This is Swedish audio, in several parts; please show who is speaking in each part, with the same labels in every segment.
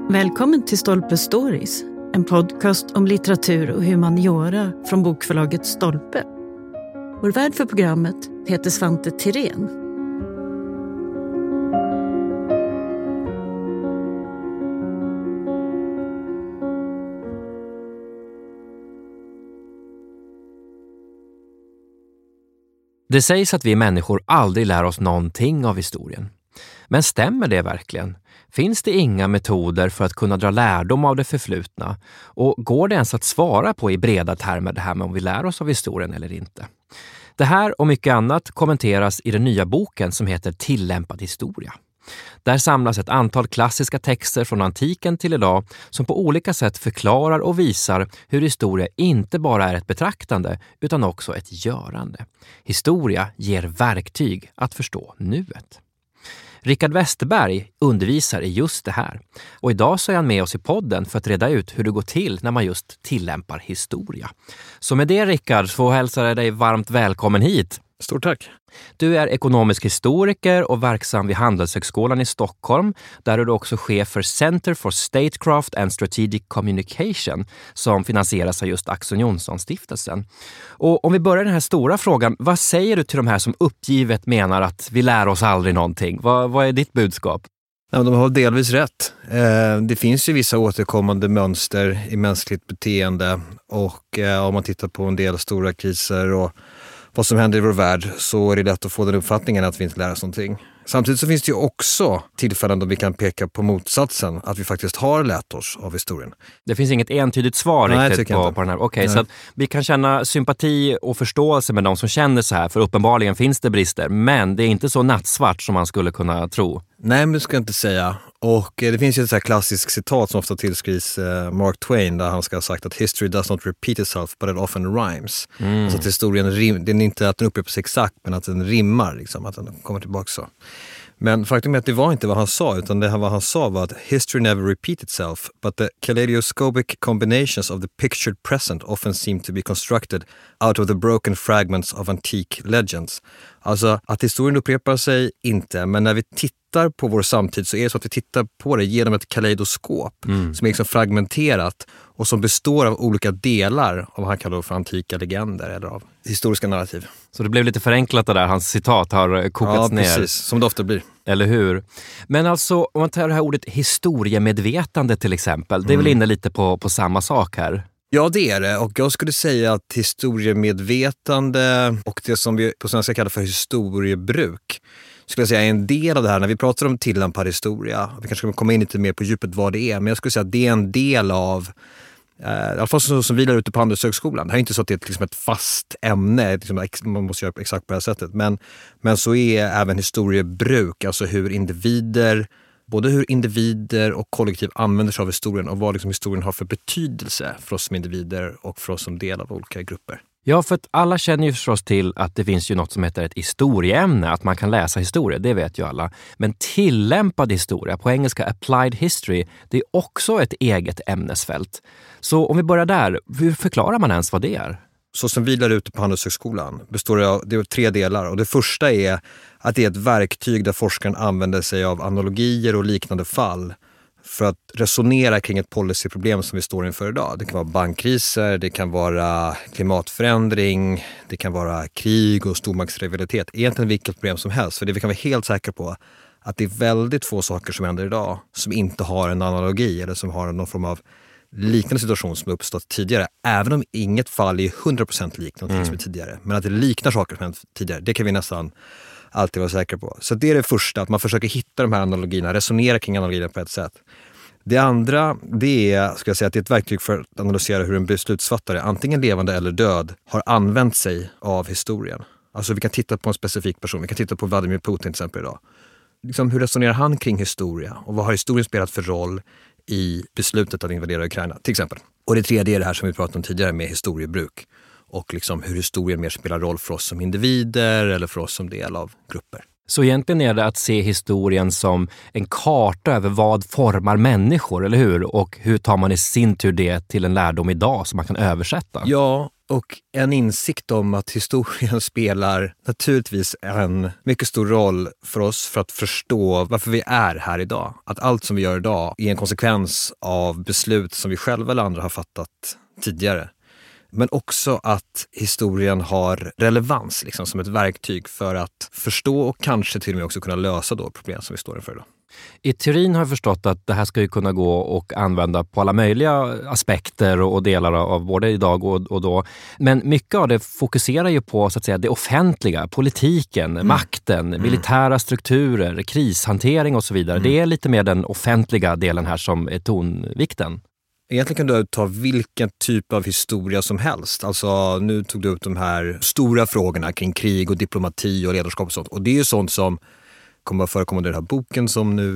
Speaker 1: Välkommen till Stolpe Stories, en podcast om litteratur och humaniora från bokförlaget Stolpe. Vår värd för programmet heter Svante Tirén.
Speaker 2: Det sägs att vi människor aldrig lär oss någonting av historien. Men stämmer det verkligen? Finns det inga metoder för att kunna dra lärdom av det förflutna? Och går det ens att svara på i breda termer det här med om vi lär oss av historien eller inte? Det här och mycket annat kommenteras i den nya boken som heter Tillämpad historia. Där samlas ett antal klassiska texter från antiken till idag som på olika sätt förklarar och visar hur historia inte bara är ett betraktande utan också ett görande. Historia ger verktyg att förstå nuet. Rickard Westerberg undervisar i just det här och idag så är han med oss i podden för att reda ut hur det går till när man just tillämpar historia. Så med det Rickard så hälsar jag dig varmt välkommen hit.
Speaker 3: Stort tack.
Speaker 2: Du är ekonomisk historiker och verksam vid Handelshögskolan i Stockholm där du också chef för Center for Statecraft and Strategic Communication som finansieras av just Axel Jonsson-stiftelsen. Och om vi börjar den här stora frågan, vad säger du till de här som uppgivet menar att vi lär oss aldrig någonting? Vad är ditt budskap?
Speaker 3: Ja, de har delvis rätt. Det finns ju vissa återkommande mönster i mänskligt beteende och om man tittar på en del stora kriser och vad som händer i vår värld så är det lätt att få den uppfattningen att vi inte lär oss någonting. Samtidigt så finns det ju också tillfällen då vi kan peka på motsatsen, att vi faktiskt har lärt oss av historien.
Speaker 2: Det finns inget entydigt svar riktigt på den här. Okej, så att vi kan känna sympati och förståelse med de som känner så här, för uppenbarligen finns det brister, men det är inte så nattsvart som man skulle kunna tro.
Speaker 3: Nej, men det ska jag inte säga. Och det finns ju ett så här klassiskt citat som ofta tillskrivs Mark Twain där han ska ha sagt att history does not repeat itself but it often rhymes. Alltså att historien, det är inte att den upprepar sig exakt men att den rimmar, liksom, att den kommer tillbaka så. Men faktum är att det var inte vad han sa utan det vad han sa var att history never repeats itself but the kaleidoscopic combinations of the pictured present often seem to be constructed out of the broken fragments of antique legends. Alltså att historien upprepar sig inte, men när vi tittar på vår samtid så är det så att vi tittar på det genom ett kaleidoskop som är liksom fragmenterat och som består av olika delar av vad han kallar för antika legender eller av historiska narrativ.
Speaker 2: Så det blev lite förenklat det där, hans citat har kokats ner.
Speaker 3: Ja, precis, som det ofta blir.
Speaker 2: Eller hur? Men alltså, om man tar det här ordet historiemedvetande till exempel, det är väl inne lite på samma sak här?
Speaker 3: Ja, det är det. Och jag skulle säga att historiemedvetande och det som vi på svenska kallar för historiebruk skulle jag säga är en del av det här när vi pratar om tillämpad historia. Vi kanske kommer komma in lite mer på djupet vad det är, men jag skulle säga att det är en del av i alla fall som vi lär ute på Handelshögskolan. Det här är inte så att det är liksom ett fast ämne, liksom, man måste göra exakt på det här sättet, men så är även historiebruk, alltså hur individer och kollektiv använder sig av historien och vad liksom historien har för betydelse för oss som individer och för oss som del av olika grupper.
Speaker 2: Ja, för att alla känner ju förstås till att det finns ju något som heter ett historieämne, att man kan läsa historia, det vet ju alla. Men tillämpad historia, på engelska applied history, det är också ett eget ämnesfält. Så om vi börjar där, hur förklarar man ens vad det är?
Speaker 3: Så som vi lär ute på Handelshögskolan består det av 3 delar. Och det första är att det är ett verktyg där forskaren använder sig av analogier och liknande fall för att resonera kring ett policyproblem som vi står inför idag. Det kan vara bankkriser, det kan vara klimatförändring, det kan vara krig och stormaktsrivalitet. Egentligen vilket problem som helst, för det vi kan vara helt säkra på att det är väldigt få saker som händer idag som inte har en analogi eller som har någon form av liknande situation som uppstått tidigare. Även om inget fall är 100% likt någonting som är tidigare. Men att det liknar saker som hänt tidigare, det kan vi nästan alltid vara säkra på. Så det är det första, att man försöker hitta de här analogierna, resonera kring analogierna på ett sätt. Det andra, det är, ska jag säga, att det är ett verktyg för att analysera hur en beslutsfattare, antingen levande eller död, har använt sig av historien. Alltså vi kan titta på en specifik person, vi kan titta på Vladimir Putin till exempel idag. Liksom, hur resonerar han kring historia? Och vad har historien spelat för roll i beslutet att invadera Ukraina, till exempel? Och det tredje är det här som vi pratade om tidigare med historiebruk. Och liksom hur historien mer spelar roll för oss som individer eller för oss som del av grupper.
Speaker 2: Så egentligen är det att se historien som en karta över vad formar människor, eller hur? Och hur tar man i sin tur det till en lärdom idag som man kan översätta?
Speaker 3: Ja, Och en insikt om att historien spelar naturligtvis en mycket stor roll för oss för att förstå varför vi är här idag. Att allt som vi gör idag är en konsekvens av beslut som vi själva eller andra har fattat tidigare. Men också att historien har relevans liksom, som ett verktyg för att förstå och kanske till och med också kunna lösa då problem som vi står inför idag.
Speaker 2: I teorin har jag förstått att det här ska ju kunna gå och använda på alla möjliga aspekter och delar av både idag och då. Men mycket av det fokuserar ju på så att säga det offentliga, politiken, makten, militära strukturer, krishantering och så vidare. Det är lite mer den offentliga delen här som är tonvikten.
Speaker 3: Egentligen kan du ta vilken typ av historia som helst. Alltså nu tog du upp de här stora frågorna kring krig och diplomati och ledarskap och sånt. Och det är ju sånt som kommer att förekomma i den här boken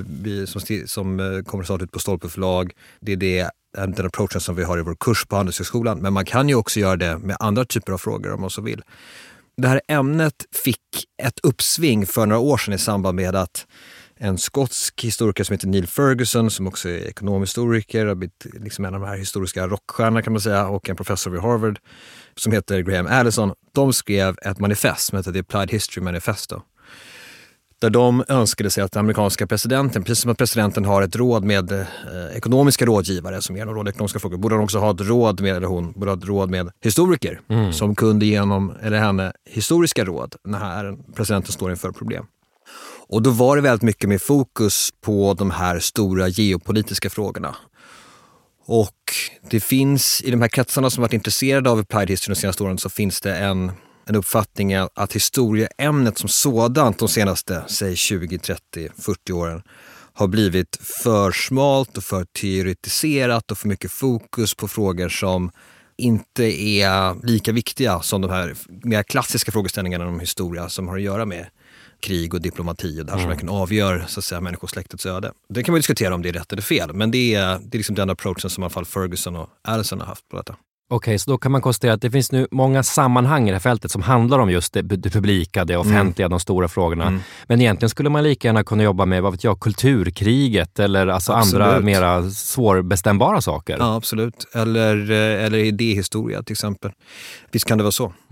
Speaker 3: som kommer snart ut på Stolpe förlag. Det är den approachen som vi har i vår kurs på Handelshögskolan. Men man kan ju också göra det med andra typer av frågor om man så vill. Det här ämnet fick ett uppsving för några år sedan i samband med att en skotsk historiker som heter Neil Ferguson, som också är ekonomhistoriker, har blivit liksom en av de här historiska rockstjärnorna kan man säga, och en professor vid Harvard som heter Graham Allison. De skrev ett manifest som heter The Applied History Manifesto. Där de önskade sig att den amerikanska presidenten, precis som att presidenten har ett råd med ekonomiska rådgivare som ger råd i ekonomiska frågor, borde hon också ha ett råd med, eller hon borde ha ett råd med historiker som kunde ge honom eller henne historiska råd när presidenten står inför problem. Och då var det väldigt mycket med fokus på de här stora geopolitiska frågorna. Och det finns i de här kretsarna som varit intresserade av applied history de senaste åren, så finns det en uppfattning att historieämnet som sådant de senaste, säg 20, 30, 40 åren har blivit för smalt och för teoretiserat och för mycket fokus på frågor som inte är lika viktiga som de här mer klassiska frågeställningarna om historia som har att göra med krig och diplomati och det här som verkligen avgör så att säga människosläktets öde. Det kan man diskutera om det är rätt eller fel, men det är liksom den approachen som i alla fall Ferguson och Allison har haft på detta.
Speaker 2: Okej, så då kan man konstatera att det finns nu många sammanhang i det här fältet som handlar om just det publika, det offentliga, de stora frågorna. Men egentligen skulle man lika gärna kunna jobba med, vad vet jag, kulturkriget eller alltså andra mera svårbestämbara saker. Ja,
Speaker 3: absolut. Eller idéhistoria till exempel. Visst kan det vara så.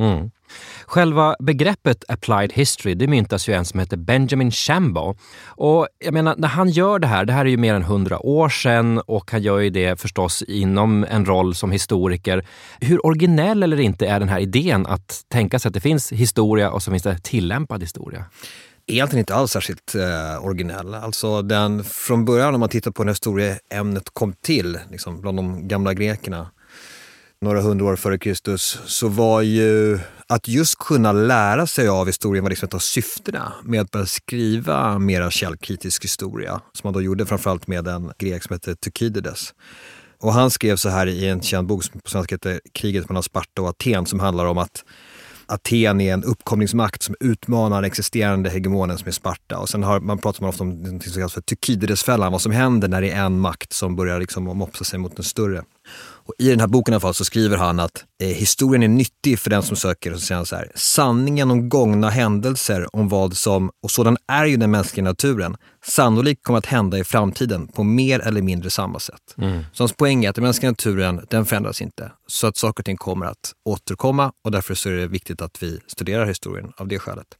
Speaker 2: Själva begreppet applied history, det myntas ju en som heter Benjamin Shambaugh. Och jag menar, när han gör det här är ju mer än 100 år sedan och han gör ju det förstås inom en roll som historiker. Hur originell eller inte är den här idén att tänka sig att det finns historia och så finns det tillämpad historia?
Speaker 3: Egentligen inte alls särskilt originell. Alltså från början när man tittar på när historieämnet kom till, liksom bland de gamla grekerna, några 100 år före Kristus, så var ju att just kunna lära sig av historien var liksom ett av syftena med att börja skriva mera källkritisk historia, som man då gjorde framförallt med en grek som heter Thukydides. Och han skrev så här i en känd bok som på svenska heter Kriget mellan Sparta och Aten, som handlar om att Aten är en uppkomlingsmakt som utmanar existerande hegemonen som är Sparta. Och sen pratar man ofta om något som kallas för Thukydidesfällan, vad som händer när det är en makt som börjar liksom mopsa sig mot en större. Och i den här boken i alla fall så skriver han att historien är nyttig för den som söker, och så säger han så här: sanningen om gångna händelser om vad som, och sådan är ju den mänskliga naturen, sannolikt kommer att hända i framtiden på mer eller mindre samma sätt. Så hans poäng är att den mänskliga naturen, den förändras inte, så att saker och ting kommer att återkomma, och därför så är det viktigt att vi studerar historien av det skälet.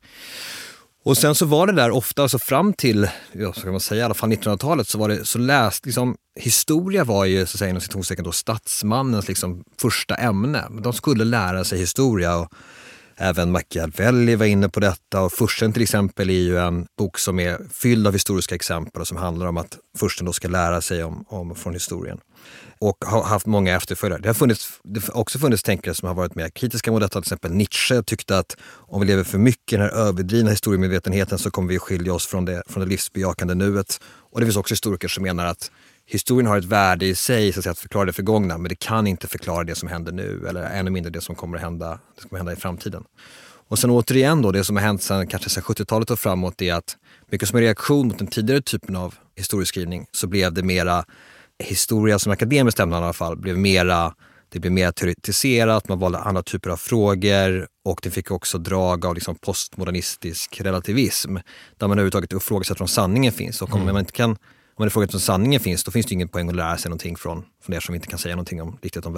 Speaker 3: Och sen så var det där ofta, alltså fram till, så kan man säga, i alla fall 1900-talet, så var det så läst, liksom, historia var ju så att säga inom citationstecken då statsmannens liksom första ämne. De skulle lära sig historia, och även Machiavelli var inne på detta, och Fursten till exempel är ju en bok som är fylld av historiska exempel och som handlar om att Fursten då ska lära sig från historien. Och har haft många efterföljare. Det har också funnits tänkare som har varit mer kritiska mot detta. Till exempel Nietzsche tyckte att om vi lever för mycket i den här överdrivna historiemedvetenheten så kommer vi skilja oss från det livsbejakande nuet. Och det finns också historiker som menar att historien har ett värde i sig, så att säga, att förklara det förgångna, men det kan inte förklara det som händer nu, eller ännu mindre det som kommer att hända i framtiden. Och sen återigen då, det som har hänt sedan 70-talet och framåt är att mycket som en reaktion mot den tidigare typen av historieskrivning så blev det mera historia som akademiskt ämne i alla fall, det blev mer teoretiserat, man valde andra typer av frågor, och det fick också drag av liksom postmodernistisk relativism där man överhuvudtaget ifrågasätter om sanningen finns. Och om man ifrågasätter om sanningen finns, då finns det ingen poäng att lära sig någonting från det som vi inte kan säga någonting om riktigt om världen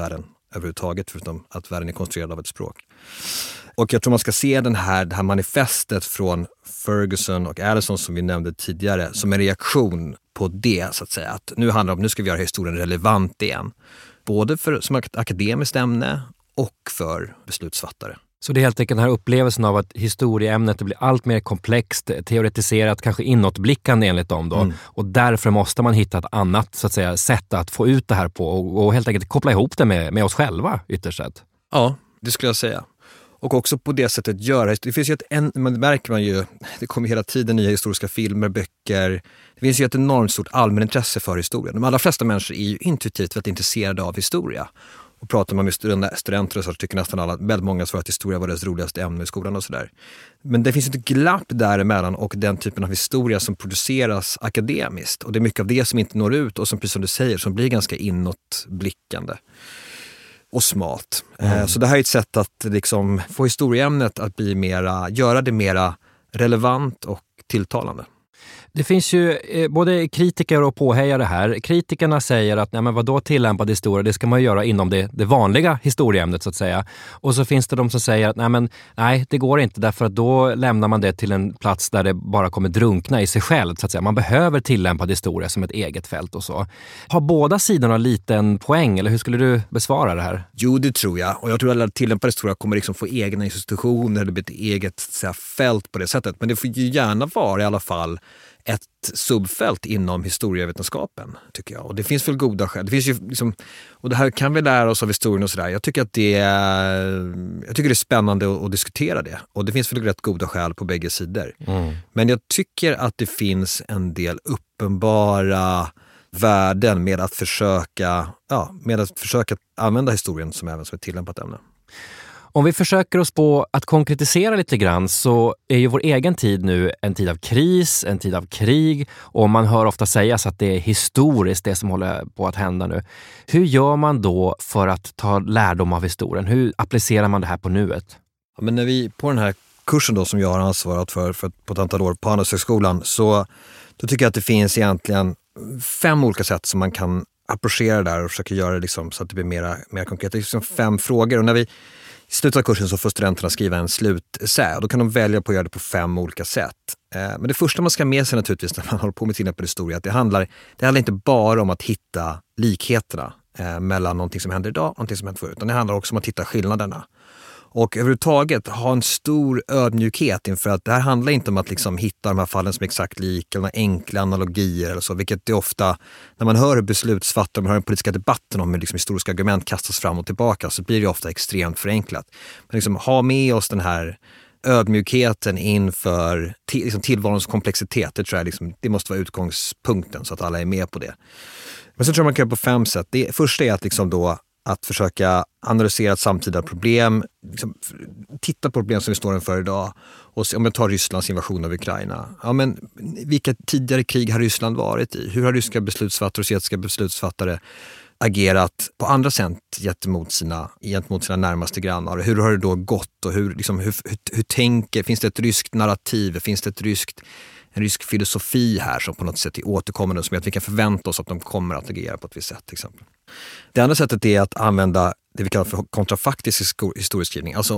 Speaker 3: överhuvudtaget, förutom att världen är konstruerad av ett språk. Och jag tror man ska se det här manifestet från Ferguson och Addison som vi nämnde tidigare som en reaktion på det, så att säga. Att nu handlar det om, nu ska vi göra historien relevant igen. Både som ett akademiskt ämne och för beslutsfattare.
Speaker 2: Så det är helt enkelt den här upplevelsen av att historieämnet blir allt mer komplext, teoretiserat, kanske inåtblickande enligt dem då. Mm. Och därför måste man hitta ett annat, så att säga, sätt att få ut det här på och helt enkelt koppla ihop det med oss själva ytterst sett.
Speaker 3: Ja, det skulle jag säga. Och också på det sättet göra. Det finns ju man märker man ju, det kommer hela tiden nya historiska filmer, böcker. Det finns ju ett enormt stort allmänintresse för historien. De allra flesta människor är ju intuitivt väldigt intresserade av historia. Och pratar man med studenter så tycker nästan alla, väldigt många svarar att historia var deras roligaste ämne i skolan och sådär. Men det finns ett glapp däremellan och den typen av historia som produceras akademiskt. Och det är mycket av det som inte når ut och som, precis som du säger, som blir ganska inåtblickande och smalt. Så det här är ett sätt att liksom få historieämnet att bli göra det mera relevant och tilltalande.
Speaker 2: Det finns ju både kritiker och påhejare här. Kritikerna säger att nej, men vadå tillämpad historia, det ska man göra inom det vanliga historieämnet så att säga. Och så finns det de som säger att nej, det går inte därför att då lämnar man det till en plats där det bara kommer drunkna i sig själv så att säga. Man behöver tillämpad historia som ett eget fält och så. Har båda sidorna lite en poäng eller hur skulle du besvara det här?
Speaker 3: Jo, det tror jag. Och jag tror att tillämpad historia kommer liksom få egna institutioner eller ett eget så här, fält på det sättet. Men det får ju gärna vara i alla fall ett subfält inom historievetenskapen, tycker jag. Och det finns väl goda skäl. Det finns ju liksom, och det här kan vi lära oss av historien och sådär. Jag tycker det är spännande att diskutera det. Och det finns väl rätt goda skäl på bägge sidor. Mm. Men jag tycker att det finns en del uppenbara värden med att försöka använda historien som även som ett tillämpat ämne.
Speaker 2: Om vi försöker oss på att konkretisera lite grann så är ju vår egen tid nu en tid av kris, en tid av krig och man hör ofta sägas att det är historiskt det som håller på att hända nu. Hur gör man då för att ta lärdom av historien? Hur applicerar man det här på nuet?
Speaker 3: Ja, men när vi på den här kursen då som jag har ansvarat för på ett antal år på Handelshögskolan så då tycker jag att det finns egentligen 5 olika sätt som man kan approchera där och försöka göra det liksom så att det blir mer konkret. Det är liksom 5 frågor och när vi i slutet av kursen så får studenterna skriva en slutessä och då kan de välja på att göra det på 5 olika sätt. Men det första man ska med sig naturligtvis när man håller på med tillämpad historia att det handlar inte bara om att hitta likheterna mellan någonting som händer idag och någonting som händer förut. Utan det handlar också om att hitta skillnaderna. Och överhuvudtaget ha en stor ödmjukhet inför att det här handlar inte om att liksom hitta de här fallen som är exakt lika eller enkla analogier eller så, vilket det ofta, när man hör beslutsfattare, man hör den politiska debatten om hur liksom historiska argument kastas fram och tillbaka så blir det ofta extremt förenklat. Men liksom ha med oss den här ödmjukheten inför liksom tillvarons komplexitet, det tror jag liksom, det måste vara utgångspunkten så att alla är med på det. Men så tror jag man kan göra på 5 sätt. Det första är att liksom då att försöka analysera ett samtida problem, liksom, titta på problem som vi står inför idag och se, om jag tar Rysslands invasion av Ukraina. Ja, men vilka tidigare krig har Ryssland varit i? Hur har ryska beslutsfattare och sovjetiska beslutsfattare agerat på andra sätt gentemot sina närmaste grannar? Hur har det då gått och hur tänker, finns det ett ryskt narrativ, finns det en rysk filosofi här som på något sätt är återkommande som gör att vi kan förvänta oss att de kommer att agera på ett visst sätt till exempel. Det andra sättet är att använda det vi kallar för kontrafaktisk historieskrivning. Alltså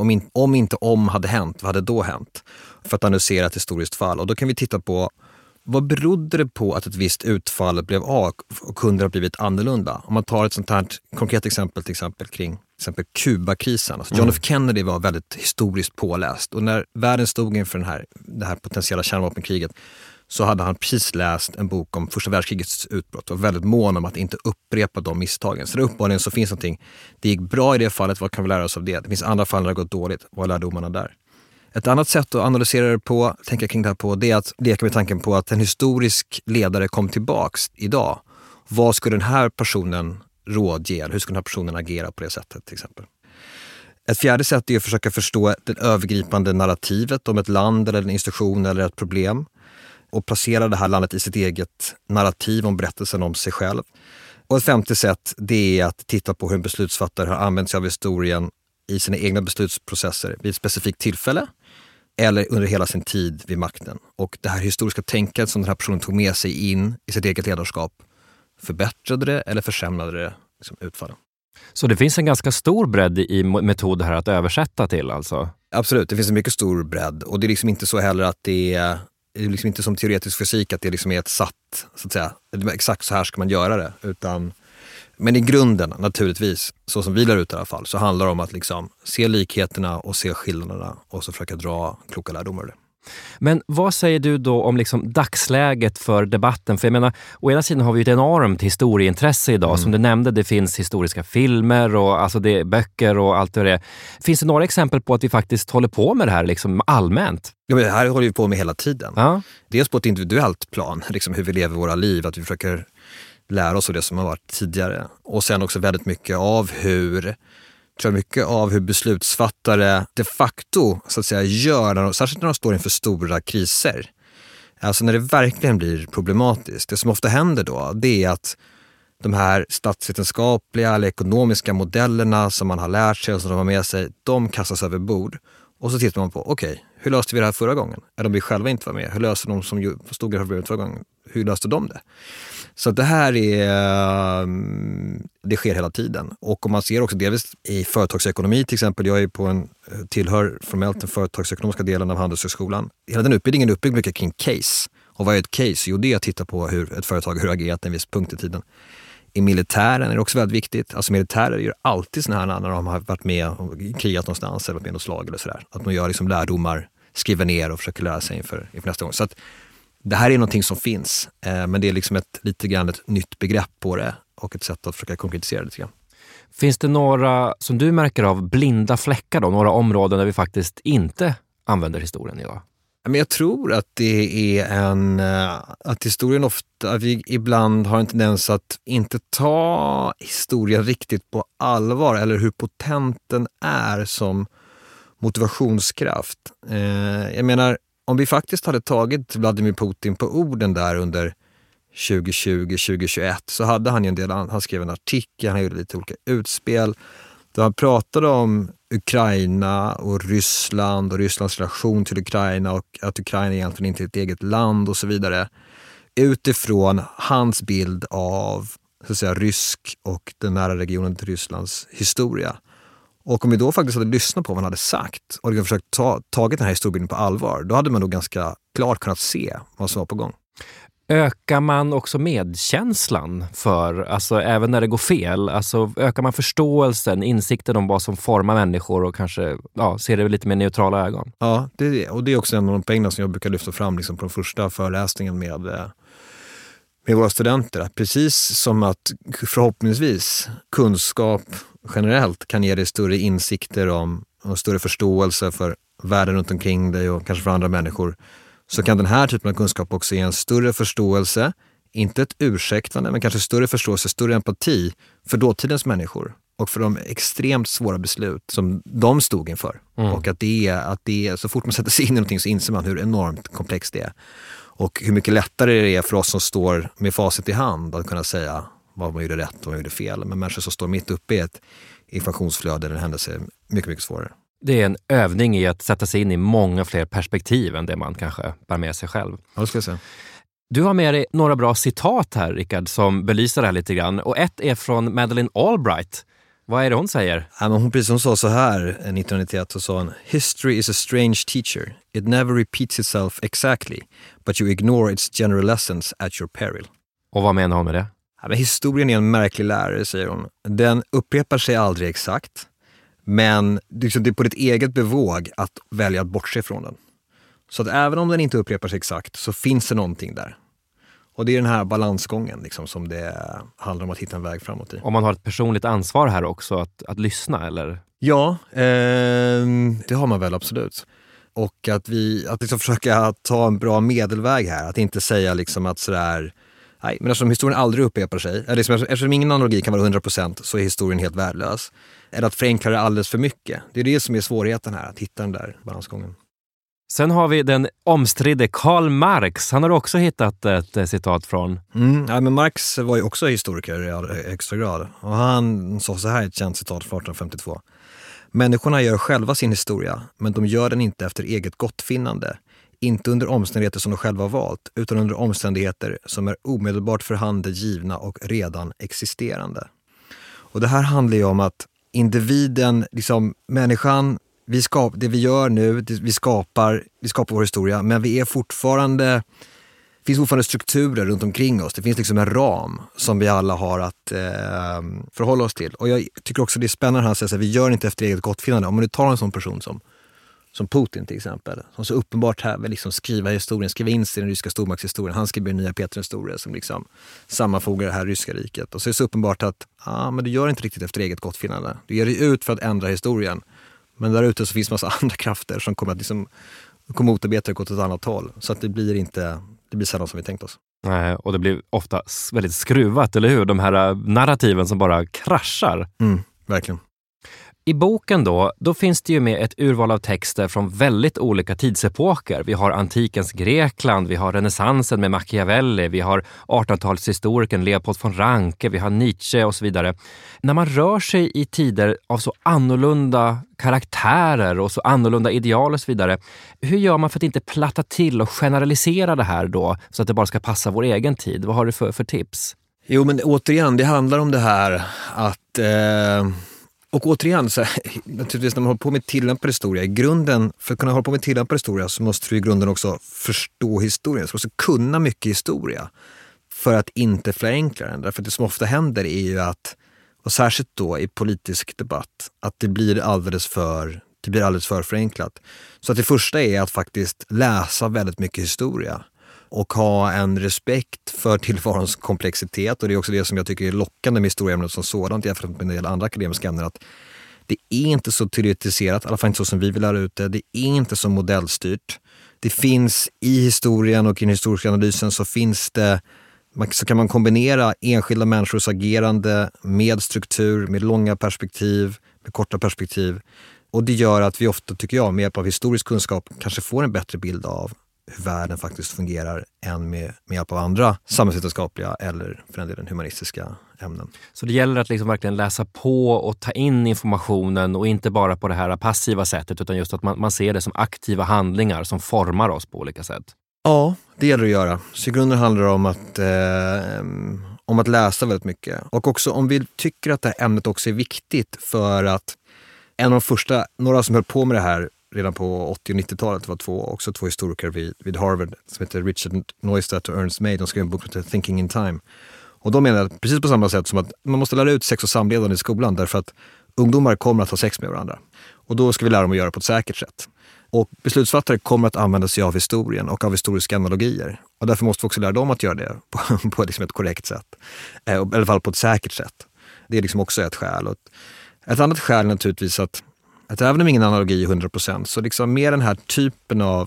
Speaker 3: om hade hänt, vad hade då hänt? För att analysera ett historiskt fall. Och då kan vi titta på vad berodde det på att ett visst utfall blev A och kunde ha blivit annorlunda? Om man tar ett sånt här konkret exempel kring Kubakrisen. Alltså John F. Kennedy var väldigt historiskt påläst och när världen stod inför det här potentiella kärnvapenkriget så hade han precis läst en bok om första världskrigets utbrott och var väldigt mån om att inte upprepa de misstagen. Så det uppenbarligen så finns någonting, det gick bra i det fallet, vad kan vi lära oss av det? Det finns andra fall där det har gått dåligt, vad är lärdomarna där? Ett annat sätt att analysera det på, tänka kring det här på, det är att leka med tanken på att en historisk ledare kom tillbaks idag. Vad skulle den här personen rådge? Hur skulle den här personen agera på det sättet till exempel? Ett fjärde sätt är att försöka förstå det övergripande narrativet om ett land eller en institution eller ett problem och placera det här landet i sitt eget narrativ om berättelsen om sig själv. Och ett femte sätt, det är att titta på hur en beslutsfattare har använt sig av historien i sina egna beslutsprocesser vid ett specifikt tillfälle eller under hela sin tid vid makten. Och det här historiska tänket som den här personen tog med sig in i sitt eget ledarskap förbättrade det eller försämrade det liksom utfallen.
Speaker 2: Så det finns en ganska stor bredd i metoder här att översätta till alltså?
Speaker 3: Absolut, det finns en mycket stor bredd. Och det är liksom inte så heller att det är liksom inte som teoretisk fysik att det liksom är ett satt, så att säga, exakt så här ska man göra det. Men i grunden, naturligtvis, så som vi lär ut i alla fall, så handlar det om att liksom se likheterna och se skillnaderna och så försöka dra kloka lärdomar av det.
Speaker 2: Men vad säger du då om liksom dagsläget för debatten? För jag menar, å ena sidan har vi ett enormt historieintresse idag. Som du nämnde, det finns historiska filmer och alltså det är böcker och allt det. Finns det några exempel på att vi faktiskt håller på med det här liksom allmänt?
Speaker 3: Ja, men det här håller vi på med hela tiden.
Speaker 2: Ja.
Speaker 3: Dels på ett individuellt plan, liksom hur vi lever våra liv, att vi försöker lära oss av det som har varit tidigare. Och sen också väldigt mycket av hur beslutsfattare de facto så att säga gör, särskilt när de står inför stora kriser. Alltså när det verkligen blir problematiskt. Det som ofta händer då, det är att de här statsvetenskapliga eller ekonomiska modellerna som man har lärt sig och som de har med sig, de kastas över bord. Och så tittar man på, okej, hur löste vi det här förra gången? Eller om vi själva inte var med, hur löste de som stod i problemet förra gången? Hur löste de det? Så det här det sker hela tiden. Och om man ser också delvis i företagsekonomi till exempel, jag är tillhör formellt den företagsekonomiska delen av Handelshögskolan. Hela den utbildningen är uppbyggd mycket kring case. Och vad är ett case? Jo, det är att titta på hur ett företag har agerat en viss punkt i tiden. I militären är det också väldigt viktigt. Alltså militärer gör alltid såna här när de har varit med och krigat någonstans eller varit med i något slag eller sådär. Att man gör liksom lärdomar, skriver ner och försöker lära sig inför nästa gång. Så att det här är någonting som finns, men det är liksom lite grann ett nytt begrepp på det och ett sätt att försöka konkretisera det lite grann.
Speaker 2: Finns det några, som du märker av, blinda fläckar då? Några områden där vi faktiskt inte använder historien idag?
Speaker 3: Men jag tror att det är att historien ofta, att vi ibland har en tendens att inte ta historien riktigt på allvar eller hur potent den är som motivationskraft. Jag menar, om vi faktiskt hade tagit Vladimir Putin på orden där under 2020-2021 så hade han ju en del, han skrev en artikel, han gjorde lite olika utspel där han pratade om Ukraina och Rysslands relation till Ukraina och att Ukraina egentligen inte är ett eget land och så vidare. Utifrån hans bild av så att säga, rysk och den nära regionen till Rysslands historia. Och om vi då faktiskt hade lyssnat på vad han hade sagt och försökt tagit den här historiebilden på allvar, då hade man nog ganska klart kunnat se vad som var på gång.
Speaker 2: Ökar man också medkänslan för, alltså även när det går fel, alltså ökar man förståelsen, insikten om vad som formar människor och kanske ser det lite mer neutrala ögon? Ja,
Speaker 3: och det är också en av de poängerna som jag brukar lyfta fram liksom på den första föreläsningen med våra studenter. Precis som att förhoppningsvis kunskap generellt kan ge dig större insikter om och större förståelse för världen runt omkring dig och kanske för andra människor, så kan den här typen av kunskap också ge en större förståelse, inte ett ursäktande, men kanske större förståelse, större empati för dåtidens människor och för de extremt svåra beslut som de stod inför. Och att det är, så fort man sätter sig in i någonting så inser man hur enormt komplext det är. Och hur mycket lättare det är för oss som står med facit i hand att kunna säga vad man gjorde rätt och vad man gjorde fel. Men människor som står mitt uppe i ett informationsflöde eller en händelse är mycket, mycket svårare.
Speaker 2: Det är en övning i att sätta sig in i många fler perspektiv än det man kanske bär med sig själv.
Speaker 3: Ja, det ska jag säga.
Speaker 2: Du har med dig några bra citat här, Rickard, som belyser det här lite grann. Och ett är från Madeleine Albright. Vad är det hon säger?
Speaker 3: Ja, men hon sa så här 1991, så sa hon: "History is a strange teacher. It never repeats itself exactly, but you ignore its general lessons at your peril."
Speaker 2: Och vad menar hon med det?
Speaker 3: Ja, men historien är en märklig lärare, säger hon. Den upprepar sig aldrig exakt, men det är på ditt eget bevåg att välja att bortse från den. Så att även om den inte upprepar sig exakt så finns det någonting där. Och det är den här balansgången liksom, som det handlar om att hitta en väg framåt i.
Speaker 2: Om man har ett personligt ansvar här också att lyssna, eller?
Speaker 3: Ja, det har man väl absolut. Och att liksom försöka ta en bra medelväg här. Att inte säga liksom att sådär, nej, men eftersom historien aldrig upprepar sig, eller eftersom ingen analogi kan vara 100% så är historien helt värdelös. Eller att förenkla det alldeles för mycket. Det är det som är svårigheten här, att hitta den där balansgången.
Speaker 2: Sen har vi den omstridde Karl Marx. Han har också hittat ett citat från.
Speaker 3: Ja, men Marx var ju också historiker i extra grad. Och han sa så här, ett känt citat från 1852. "Människorna gör själva sin historia, men de gör den inte efter eget gottfinnande. Inte under omständigheter som de själva valt, utan under omständigheter som är omedelbart för handen givna och redan existerande." Och det här handlar ju om att individen, liksom människan, det vi gör nu, vi skapar vår historia, men vi är fortfarande, det finns fortfarande strukturer runt omkring oss. Det finns liksom en ram som vi alla har att förhålla oss till. Och jag tycker också det är spännande att säga att vi gör inte efter eget gottfinnande. Om man nu tar en sån person som Putin till exempel, som så uppenbart här vill liksom skriva in sig i den ryska stormaktshistorien. Han skriver nya Peter den store som liksom sammanfogar det här ryska riket. Och så är det så uppenbart att men du gör inte riktigt efter eget gottfinnande. Du ger dig ut för att ändra historien. Men där ute så finns massa andra krafter som kommer att liksom motarbeta och gå åt ett annat håll. Så att det blir sällan som vi tänkt oss.
Speaker 2: Nej, och det blir ofta väldigt skruvat, eller hur? De här narrativen som bara kraschar.
Speaker 3: Verkligen.
Speaker 2: I boken då finns det ju med ett urval av texter från väldigt olika tidsepoker. Vi har antikens Grekland, vi har renässansen med Machiavelli, vi har 1800-talshistorikern Leopold von Ranke, vi har Nietzsche och så vidare. När man rör sig i tider av så annorlunda karaktärer och så annorlunda ideal och så vidare, hur gör man för att inte platta till och generalisera det här då så att det bara ska passa vår egen tid? Vad har du för tips?
Speaker 3: Jo, men återigen, det handlar om det här att... Och återigen, så, naturligtvis när man håller på med tillämpad historia, i grunden, för att kunna hålla på med tillämpad historia så måste du i grunden också förstå historien. Så måste kunna mycket historia för att inte förenkla den. Därför att det som ofta händer är ju att, och särskilt då i politisk debatt, att det blir alldeles för förenklat. Så att det första är att faktiskt läsa väldigt mycket historia och ha en respekt för tillvarons komplexitet. Och det är också det som jag tycker är lockande med historieämnet som sådant jämfört med en del andra akademiska ämnen, att det är inte så teoretiserat, i alla fall inte så som vi vill lära ut det. Det är inte så modellstyrt. Det finns i historien och i den historiska analysen så kan man kombinera enskilda människors agerande med struktur, med långa perspektiv, med korta perspektiv. Och det gör att vi ofta, tycker jag, med hjälp av historisk kunskap kanske får en bättre bild av hur världen faktiskt fungerar än med hjälp av andra samhällsvetenskapliga eller för den delen humanistiska ämnen.
Speaker 2: Så det gäller att liksom verkligen läsa på och ta in informationen och inte bara på det här passiva sättet, utan just att man ser det som aktiva handlingar som formar oss på olika sätt. Ja,
Speaker 3: det gäller att göra. Så i grunden handlar det om att läsa väldigt mycket. Och också om vi tycker att det här ämnet också är viktigt, för att några som höll på med det här redan på 80- och 90-talet var två historiker vid Harvard som heter Richard Neustadt och Ernst May. De skrev en bok som heter Thinking in Time. Och de menar att precis på samma sätt som att man måste lära ut sex och samlevnad i skolan, därför att ungdomar kommer att ha sex med varandra. Och då ska vi lära dem att göra på ett säkert sätt. Och beslutsfattare kommer att använda sig av historien och av historiska analogier. Och därför måste vi också lära dem att göra det på liksom ett korrekt sätt. I alla fall på ett säkert sätt. Det är liksom också ett skäl. Och ett annat skäl är naturligtvis att även om ingen analogi är 100%, så liksom med den här typen av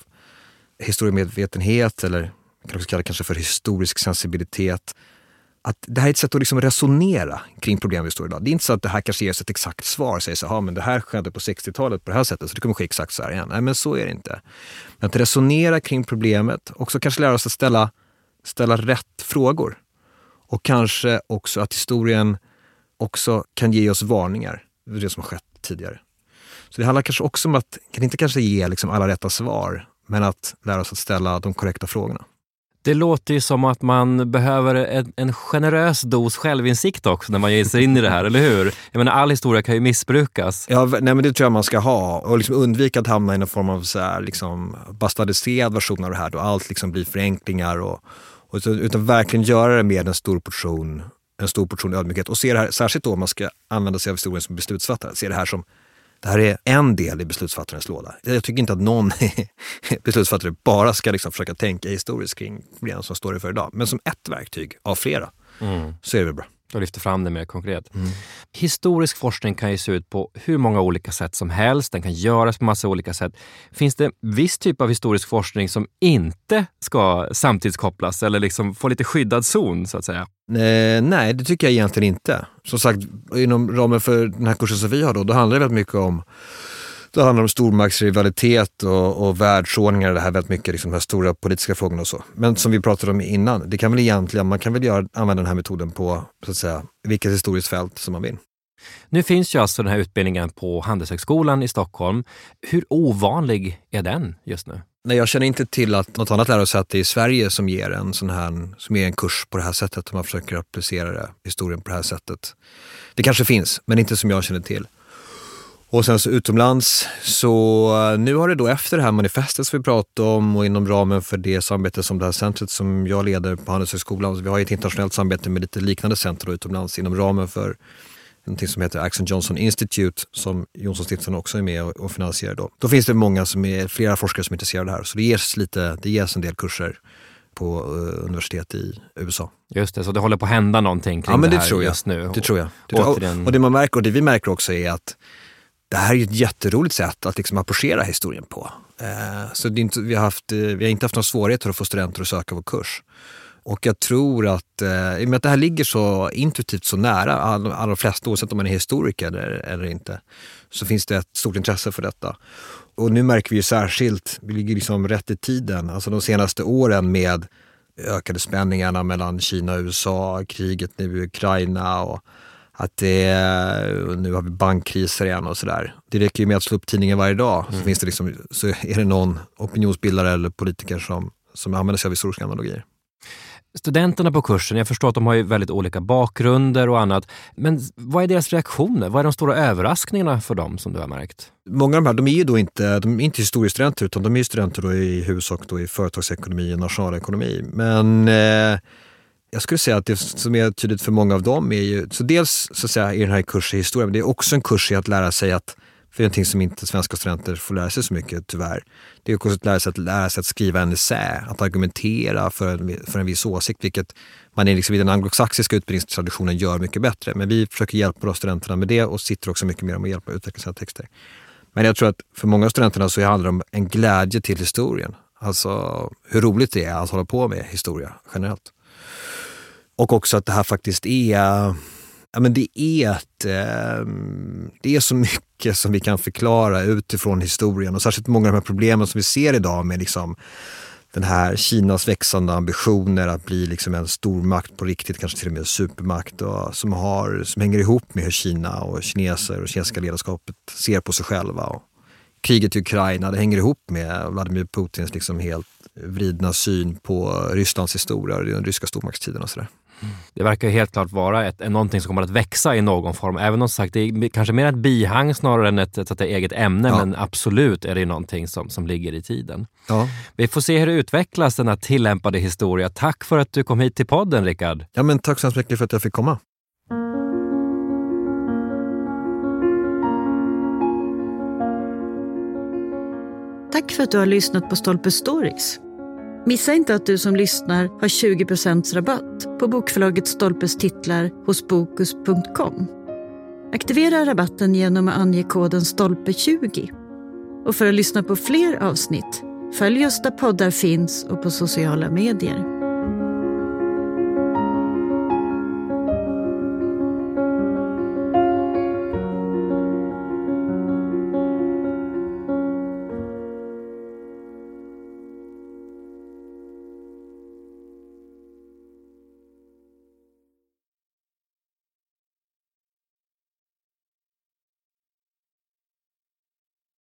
Speaker 3: historiemedvetenhet, eller man kan också kalla det kanske för historisk sensibilitet, att det här är ett sätt att liksom resonera kring problem vi står idag. Det är inte så att det här kanske ger ett exakt svar, säger så här, men det här skedde på 60-talet på det här sättet, så det kommer ske exakt så här igen. Nej, men så är det inte. Men att resonera kring problemet, också kanske lära oss att ställa rätt frågor. Och kanske också att historien också kan ge oss varningar. Det är det som har skett tidigare. Så det handlar kanske också om att, kan inte kanske ge liksom alla rätta svar, men att lära oss att ställa de korrekta frågorna.
Speaker 2: Det låter ju som att man behöver en generös dos självinsikt också när man ger sig in i det här, eller hur? Jag menar, all historia kan ju missbrukas.
Speaker 3: Ja, nej, men det tror jag man ska ha. Och liksom undvika att hamna i en form av så här, liksom, bastardiserad version av det här, då allt liksom blir förenklingar. Utan verkligen göra det med en stor portion ödmjukhet. Och se det här, särskilt då om man ska använda sig av historien som beslutsfattare, se det här som det här är en del i beslutsfattarens låda. Jag tycker inte att någon beslutsfattare bara ska liksom försöka tänka historiskt kring problem som står för idag. Men som ett verktyg av flera så är det väl bra.
Speaker 2: Och lyfter fram det mer konkret. Historisk forskning kan ju se ut på hur många olika sätt som helst. Den kan göras på massa olika sätt. Finns det viss typ av historisk forskning som inte ska samtidskopplas eller liksom få lite skyddad zon, så att säga?
Speaker 3: Nej, det tycker jag egentligen inte. Som sagt, inom ramen för den här kursen som vi har då handlar det väldigt mycket om stormaktsrivalitet och världsordningar, det här väldigt mycket liksom de här stora politiska frågorna och så. Men som vi pratade om innan, det kan väl egentligen, man kan väl använda den här metoden på, så att säga, vilket historiskt fält som man vill.
Speaker 2: Nu finns ju alltså den här utbildningen på Handelshögskolan i Stockholm. Hur ovanlig är den just nu?
Speaker 3: Nej, jag känner inte till att något annat lärosäte i Sverige som ger en sån här, som ger en kurs på det här sättet, om man försöker applicera historien på det här sättet. Det kanske finns, men inte som jag känner till. Och sen så utomlands, så nu har det då efter det här manifestet som vi pratade om och inom ramen för det samarbete som det här centret som jag leder på Handelshögskolan, så vi har ett internationellt samarbete med lite liknande center utomlands inom ramen för någonting som heter Axel Johnson Institute, som Jonsson-stiftelsen också är med och finansierar då. Då finns det många flera forskare som är intresserade av det här, så det ges en del kurser på universitet i USA.
Speaker 2: Just det, så det håller på att hända någonting kring det här just nu.
Speaker 3: Det tror jag. Och det man märker, och det vi märker också, är att det här är ett jätteroligt sätt att liksom approchera historien på. Så det är inte, vi har inte haft några svårigheter att få studenter att söka vår kurs. Och jag tror att, i och med att det här ligger så intuitivt så nära alla flesta, oavsett om man är historiker eller inte, så finns det ett stort intresse för detta. Och nu märker vi ju särskilt, vi ligger liksom rätt i tiden, alltså de senaste åren med ökade spänningarna mellan Kina och USA, kriget nu i Ukraina och att nu har vi bankkriser igen och sådär. Det räcker ju med att slå upp tidningen varje dag, så finns det liksom, så är det någon opinionsbildare eller politiker som använder sig av historiska analogier.
Speaker 2: Studenterna på kursen, jag förstår att de har ju väldigt olika bakgrunder och annat, men vad är deras reaktioner? Vad är de stora överraskningarna för dem som du har märkt?
Speaker 3: Många av de här, de är ju då inte historiestudenter, utan de är ju studenter då i huvudsak då i företagsekonomi och nationalekonomi. Men jag skulle säga att det som är tydligt för många av dem är ju, så dels så att säga i den här kursen i historia, men det är också en kurs i att lära sig att, för det är någonting som inte svenska studenter får lära sig så mycket tyvärr. Det är också att lära sig att skriva en essä, att argumentera för en viss åsikt, vilket man liksom i den anglosaxiska utbildningstraditionen gör mycket bättre. Men vi försöker hjälpa studenterna med det och sitter också mycket mer med att hjälpa att utveckla sina texter. Men jag tror att för många av studenterna så handlar det om en glädje till historien. Alltså hur roligt det är att hålla på med historia generellt. Och också att det här faktiskt är... Ja, men det är så mycket som vi kan förklara utifrån historien, och särskilt många av de här problemen som vi ser idag med liksom den här Kinas växande ambitioner att bli liksom en stormakt på riktigt, kanske till och med en supermakt, och som hänger ihop med hur Kina och kineser och kinesiska ledarskapet ser på sig själva. Och kriget i Ukraina, det hänger ihop med Vladimir Putins liksom helt vridna syn på Rysslands historia och den ryska stormaktstiden och sådär.
Speaker 2: Det verkar helt klart vara någonting som kommer att växa i någon form. Även om sagt, det är kanske mer ett bihang snarare än ett eget ämne, men absolut är det någonting som ligger i tiden. Ja. Vi får se hur det utvecklas, den här tillämpade historia. Tack för att du kom hit till podden, Rickard.
Speaker 3: Ja, men tack så mycket för att jag fick komma.
Speaker 1: Tack för att du har lyssnat på Stolpe Stories. Missa inte att du som lyssnar har 20% rabatt på bokförlaget Stolpes titlar hos Bokus.com. Aktivera rabatten genom att ange koden STOLPE20. Och för att lyssna på fler avsnitt, följ oss där poddar finns och på sociala medier.